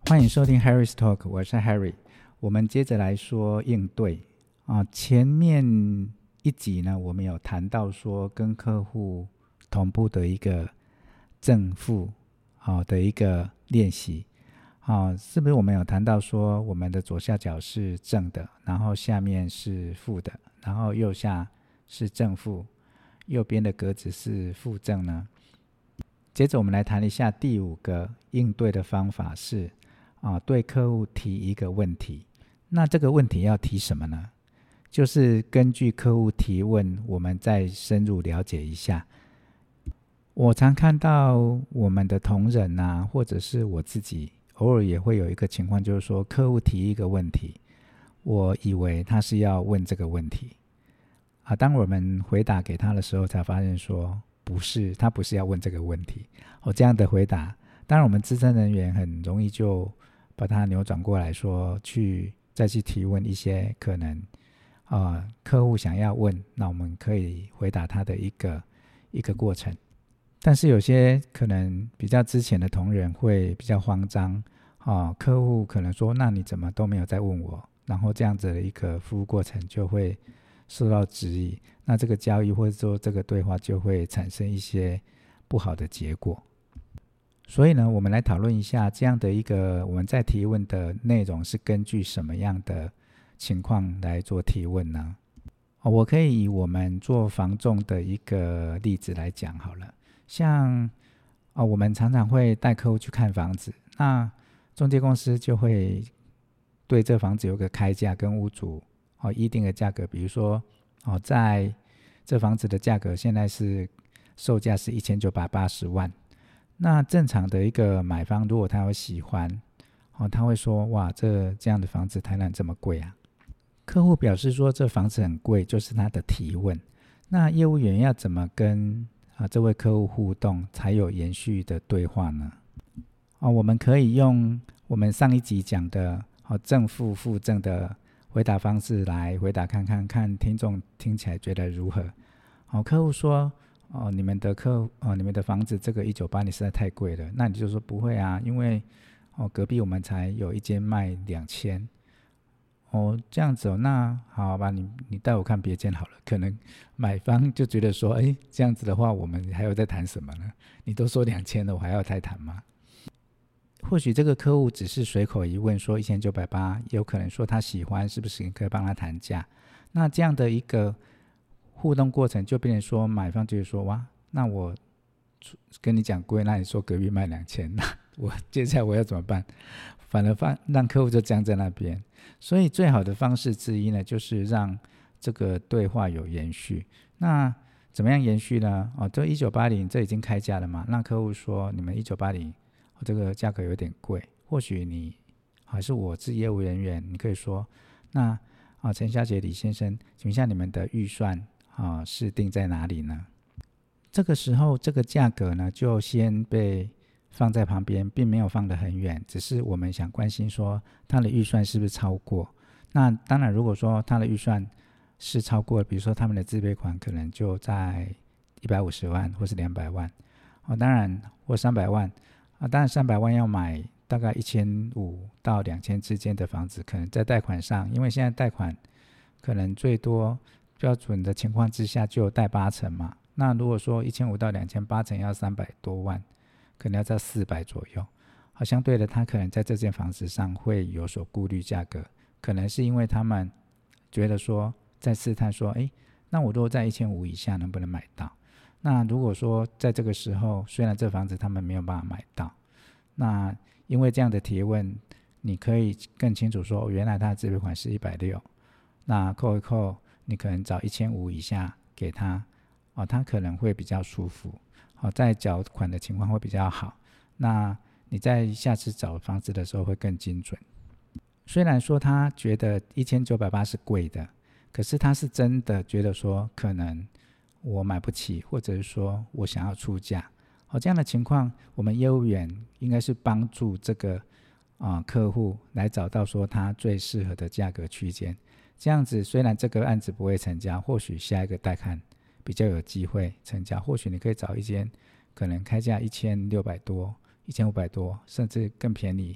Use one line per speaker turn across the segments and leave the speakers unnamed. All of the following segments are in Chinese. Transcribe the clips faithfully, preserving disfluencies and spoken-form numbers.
欢迎收听 Harry's Talk， 我是 Harry。我们接着来说应对啊，前面一集呢，我们有谈到说跟客户同步的一个正负好的一个练习啊，是不是我们有谈到说我们的左下角是正的，然后下面是负的，然后右下是正负，右边的格子是负正呢？接着我们来谈一下第五个应对的方法是啊，对客户提一个问题。那这个问题要提什么呢？就是根据客户提问，我们再深入了解一下。我常看到我们的同仁啊，或者是我自己，偶尔也会有一个情况，就是说客户提一个问题，我以为他是要问这个问题啊，当我们回答给他的时候，才发现说不是，他不是要问这个问题。哦，这样的回答，当然我们资深人员很容易就把它扭转过来说，去再去提问一些可能呃客户想要问，那我们可以回答他的一个一个过程。但是有些可能比较之前的同仁会比较慌张，哦，客户可能说那你怎么都没有再问我，然后这样子的一个服务过程就会受到质疑，那这个交易或者说这个对话就会产生一些不好的结果。所以呢，我们来讨论一下这样的一个我们在提问的内容是根据什么样的情况来做提问呢？哦，我可以以我们做房仲的一个例子来讲好了。像哦，我们常常会带客户去看房子，那中介公司就会对这房子有个开价，跟屋主哦议定的价格，比如说哦，在这房子的价格现在是售价是一千九百八十万，那正常的一个买方如果他有喜欢哦，他会说哇，这这样的房子台南这么贵啊。客户表示说这房子很贵，就是他的提问。那业务员要怎么跟啊，这位客户互动才有延续的对话呢？哦，我们可以用我们上一集讲的哦正负负正的回答方式来回答看看，看听众听起来觉得如何？哦，客户说哦，你们的客哦，你们的房子这个一九八零实在太贵了，那你就说不会啊，因为哦隔壁我们才有一间卖两千。哦，这样子哦，那好吧，你你带我看别间好了。可能买方就觉得说，哎，这样子的话，我们还有在谈什么呢？你都说两千了，我还要再谈吗？或许这个客户只是随口一问说一千九百八，也有可能说他喜欢，是不是你可以帮他谈价？那这样的一个互动过程，就变成说买方就会说，哇，那我跟你讲贵，那你说隔壁卖两千，那我接下来我要怎么办？反而放让客户就僵在那边。所以最好的方式之一呢，就是让这个对话有延续。那怎么样延续呢？哦，这一九八零这已经开价了嘛？让客户说你们一九八零这个价格有点贵，或许你还是我是业务人员，你可以说那啊陈小姐、李先生，请问一下你们的预算啊是定在哪里呢？这个时候这个价格呢就先被放在旁边，并没有放得很远，只是我们想关心说他的预算是不是超过。那当然如果说他的预算是超过，比如说他们的自备款可能就在一百五十万或是两百万、哦、当然或三百万、啊、当然三百万要买大概一千五百到两千之间的房子，可能在贷款上，因为现在贷款可能最多标准的情况之下就有贷八成嘛，那如果说一千五百到两千，八成要三百多万，可能要在四百左右。好，相对的他可能在这间房子上会有所顾虑价格，可能是因为他们觉得说在试探说，诶，那我如果在一千五以下能不能买到？那如果说在这个时候虽然这房子他们没有办法买到，那因为这样的提问你可以更清楚说，原来他的自备款是一百六十，那扣一扣你可能找一千五以下给他、哦、他可能会比较舒服、哦、在缴款的情况会比较好，那你在下次找房子的时候会更精准。虽然说他觉得一千九百八是贵的，可是他是真的觉得说可能我买不起，或者是说我想要出价、哦、这样的情况我们业务员应该是帮助这个、呃、客户来找到说他最适合的价格区间，这样子虽然这个案子不会成交，或许下一个带看比较有机会成交，或许你可以找一间可能开价一千六百多、一千五百多，甚至更便宜、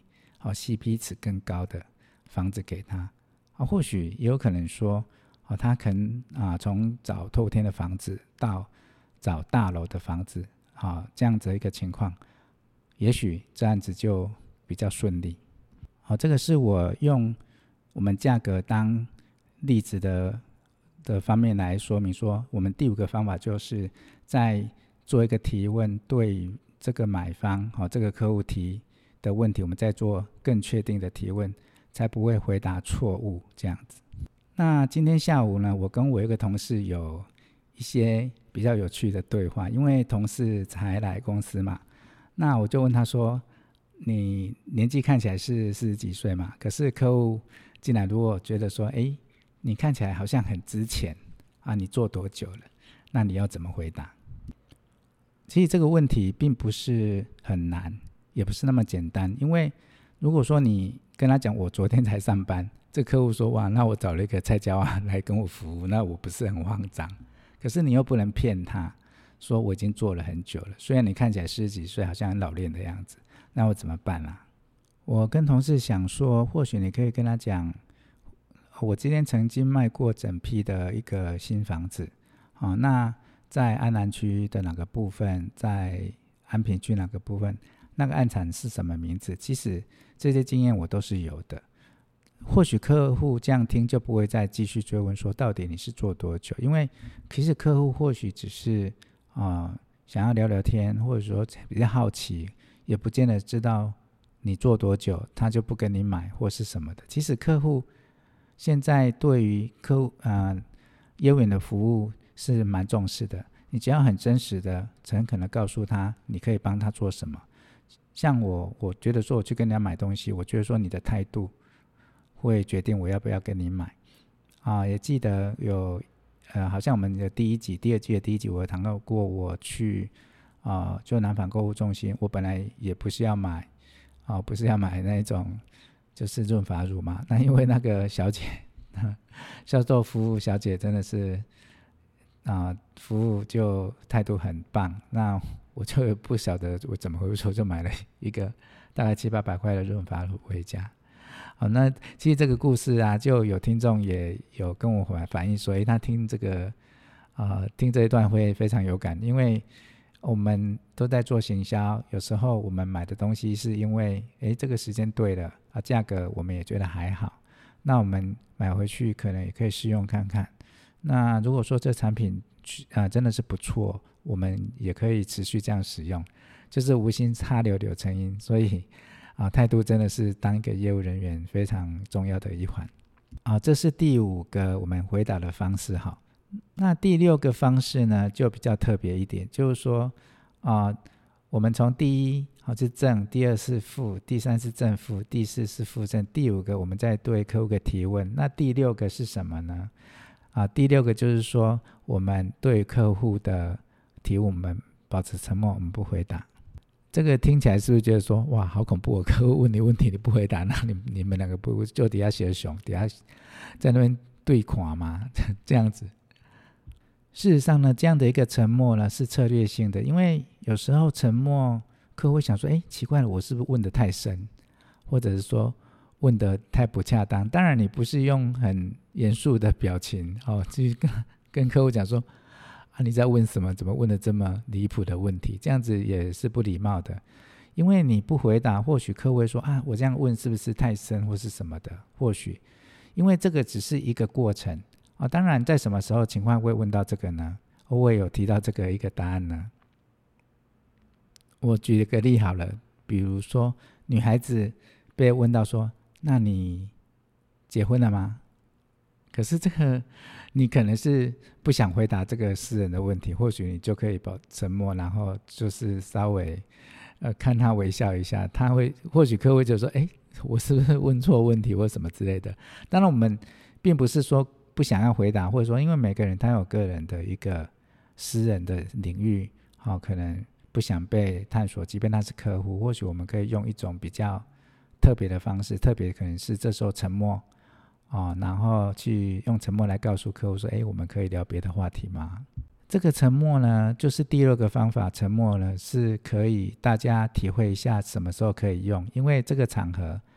好 C P 值更高的房子给他。啊、或许也有可能说，啊、他可能啊从找透天的房子到找大楼的房子，啊这样子的一个情况，也许这案子就比较顺利。好、这个是我用我们价格当例子的的方面来说明说，我们第五个方法就是在做一个提问，对这个买方、哦、这个客户提的问题，我们再做更确定的提问，才不会回答错误这样子。那今天下午呢，我跟我一个同事有一些比较有趣的对话，因为同事才来公司嘛，那我就问他说，你年纪看起来是四十几岁嘛，可是客户进来如果觉得说，哎，你看起来好像很值钱啊，你做多久了？那你要怎么回答？其实这个问题并不是很难，也不是那么简单，因为如果说你跟他讲我昨天才上班，这客户说哇，那我找了一个菜椒啊来跟我服务，那我不是很慌张？可是你又不能骗他说我已经做了很久了，虽然你看起来四十几岁，好像很老练的样子，那我怎么办啊？我跟同事想说，或许你可以跟他讲，我今天曾经卖过整批的一个新房子，哦、那在安南区的哪个部分，在安平区哪个部分，那个案产是什么名字？其实这些经验我都是有的。或许客户这样听就不会再继续追问说到底你是做多久，因为其实客户或许只是、呃、想要聊聊天，或者说比较好奇，也不见得知道你做多久，他就不跟你买或是什么的。其实客户现在对于客户、呃、业务员的服务是蛮重视的，你只要很真实的诚恳的告诉他你可以帮他做什么。像我我觉得说我去跟人家买东西，我觉得说你的态度会决定我要不要跟你买啊。也记得有呃，好像我们的第一集第二季的第一集我有谈到过，我去啊就南返购物中心，我本来也不是要买啊，不是要买那种就是润发乳嘛，那因为那个小姐销售服务小姐真的是啊，服务就态度很棒，那我就不晓得我怎么回说就买了一个大概七八百块的润发乳回家。好，那其实这个故事啊，就有听众也有跟我反映说，他听这个呃听这一段会非常有感，因为我们都在做行销，有时候我们买的东西是因为诶这个时间对了啊，价格我们也觉得还好，那我们买回去可能也可以试用看看。那如果说这产品、呃、真的是不错，我们也可以持续这样使用，就是无心插柳柳成荫，所以啊，态度真的是当一个业务人员非常重要的一环啊。这是第五个我们回答的方式。好，那第六个方式呢就比较特别一点，就是说啊，我们从第一好是正，第二是负，第三是正负，第四是负正，第五个我们再对客户的提问。那第六个是什么呢？啊，第六个就是说我们对客户的提问我们保持沉默，我们不回答。这个听起来是不是觉得说哇好恐怖、哦、客户问你问题你不回答，那 你, 你们两个不就底下写熊底下在那边对垮吗？这样子。事实上呢，这样的一个沉默呢是策略性的，因为有时候沉默客户会想说，哎，奇怪了，我是不是问得太深，或者是说问得太不恰当。当然你不是用很严肃的表情、哦、去 跟, 跟客户讲说啊，你在问什么？怎么问的这么离谱的问题？这样子也是不礼貌的，因为你不回答，或许客户会说啊，我这样问是不是太深或是什么的？或许，因为这个只是一个过程啊。当然，在什么时候情况会问到这个呢？我也有提到这个一个答案呢。我举个例好了，比如说女孩子被问到说，那你结婚了吗？可是这个你可能是不想回答这个私人的问题，或许你就可以保沉默，然后就是稍微呃看他微笑一下，他会或许客户就说，哎，我是不是问错问题或什么之类的。当然我们并不是说不想要回答，或者说因为每个人他有个人的一个私人的领域、哦、可能不想被探索，即便他是客户，或许我们可以用一种比较特别的方式，特别可能是这时候沉默哦，然后去用沉默来告诉客户说，哎，我们可以聊别的话题吗？这个沉默呢，就是第六个方法。沉默呢，是可以大家体会一下什么时候可以用，因为这个场合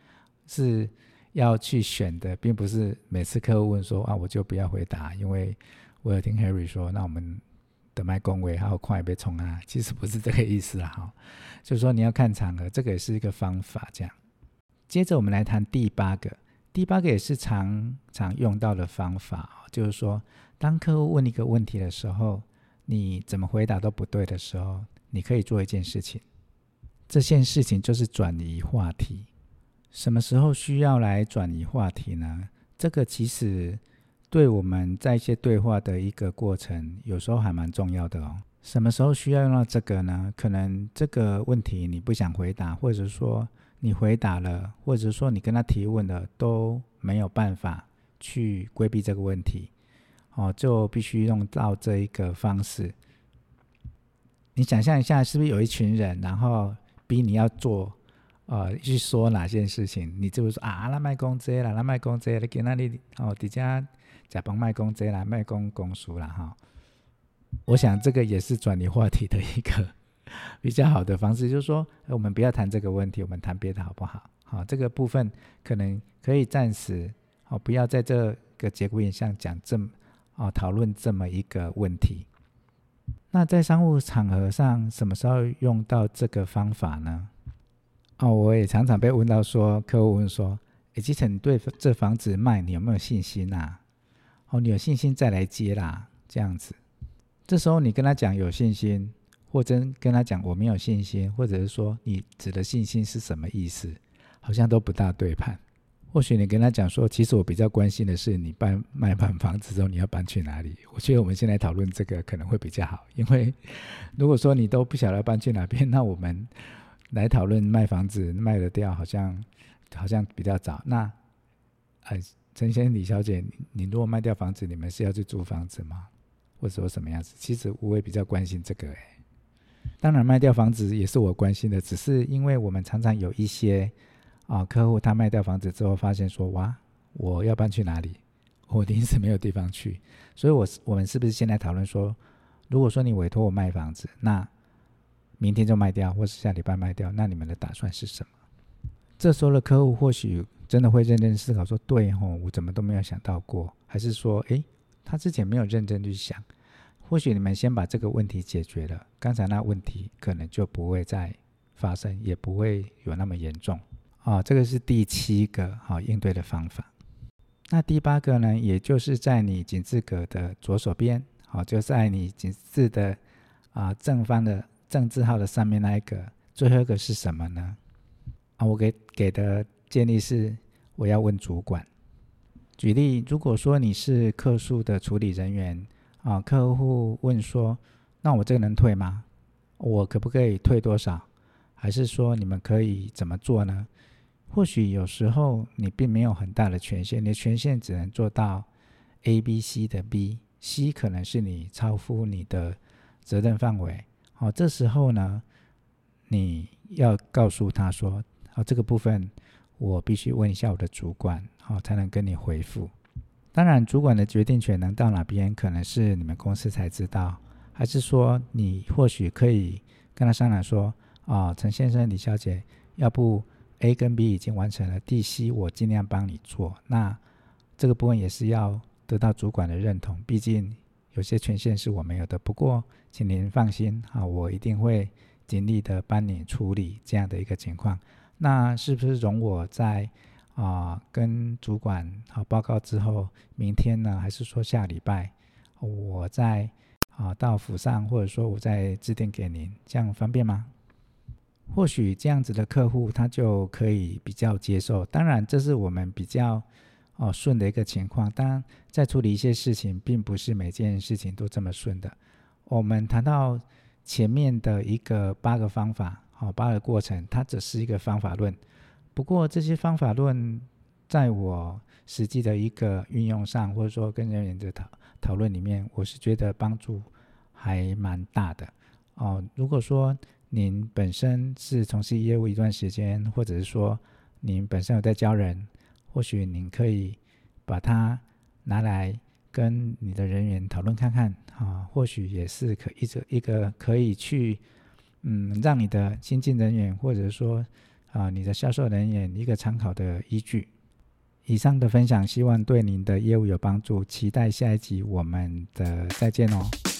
是要去选的，并不是每次客户问说啊，我就不要回答，因为我有听 Harry 说，那我们的卖恭维还有快被冲啊，其实不是这个意思啦哈，就是说你要看场合，这个也是一个方法这样。接着我们来谈第八个，第八个也是常常用到的方法，就是说当客户问一个问题的时候，你怎么回答都不对的时候，你可以做一件事情，这件事情就是转移话题。什么时候需要来转移话题呢？这个其实对我们在一些对话的一个过程，有时候还蛮重要的哦。什么时候需要用到这个呢？可能这个问题你不想回答，或者说你回答了，或者说你跟他提问了，都没有办法去规避这个问题，哦，就必须用到这一个方式。你想象一下，是不是有一群人，然后逼你要做呃，去说哪件事情，你就会说啊，咱别讲这啦，咱别讲这啦，今仔日哦，在这吃饭别讲这啦，别讲公司啦哈。我想这个也是转移话题的一个比较好的方式，就是说，我们不要谈这个问题，我们谈别的好不好？好，这个部分可能可以暂时哦，不要在这个节骨眼上讲这么哦，讨论这么一个问题。那在商务场合上，什么时候用到这个方法呢？哦，我也常常被问到说，客户问说，诶，基成你对这房子卖你有没有信心啊？哦，你有信心再来接啦，这样子。这时候你跟他讲有信心，或者跟他讲我没有信心，或者是说你指的信心是什么意思，好像都不大对盘。或许你跟他讲说，其实我比较关心的是你搬卖完房子之后你要搬去哪里。我觉得我们现在讨论这个可能会比较好，因为如果说你都不晓得搬去哪边，那我们来讨论卖房子卖得掉，好像好像比较早。那呃，陈先生、李小姐，你, 你如果卖掉房子，你们是要去租房子吗？或者说什么样子？其实我也比较关心这个诶。当然卖掉房子也是我关心的，只是因为我们常常有一些啊客户他卖掉房子之后发现说，哇，我要搬去哪里？我临时没有地方去，所以我我们是不是现在讨论说，如果说你委托我卖房子，那明天就卖掉，或是下礼拜卖掉，那你们的打算是什么？这时候的客户或许真的会认真思考说，对哦，我怎么都没有想到过，还是说，诶，他之前没有认真去想，或许你们先把这个问题解决了，刚才那问题可能就不会再发生，也不会有那么严重。哦，这个是第七个好、哦、应对的方法。那第八个呢，也就是在你井字格的左手边，好、哦，就在你井字的啊、呃、正方的正字号的上面那一个，最后一个是什么呢？啊，我给给的建议是，我要问主管。举例，如果说你是客诉的处理人员啊，客户问说，那我这个能退吗？我可不可以退多少？还是说你们可以怎么做呢？或许有时候你并没有很大的权限，你的权限只能做到 A、B、C 的 B，C 可能是你超乎你的责任范围。好、哦，这时候呢，你要告诉他说，好、哦，这个部分我必须问一下我的主管，好、哦，才能跟你回复。当然，主管的决定权能到哪边，可能是你们公司才知道，还是说你或许可以跟他商量说，啊、哦，陈先生、李小姐，要不 A 跟 B 已经完成了， D、C 我尽量帮你做。那这个部分也是要得到主管的认同，毕竟有些权限是我没有的。不过请您放心，啊、我一定会尽力的帮你处理这样的一个情况。那是不是容我在啊、呃、跟主管好、啊、报告之后，明天呢，还是说下礼拜，我再啊到府上，或者说我再致电给您，这样方便吗？或许这样子的客户他就可以比较接受。当然这是我们比较哦顺的一个情况，当然在处理一些事情并不是每件事情都这么顺的。我们谈到前面的一个八个方法、哦、八个过程，它只是一个方法论，不过这些方法论在我实际的一个运用上，或者说跟人员的讨讨论里面，我是觉得帮助还蛮大的哦。如果说您本身是从事业务一段时间，或者是说您本身有在教人，或许您可以把它拿来跟你的人员讨论看看、啊、或许也是可一个一个可以去嗯让你的新进人员，或者说啊你的销售人员一个参考的依据。以上的分享希望对您的业务有帮助，期待下一集我们的再见哦。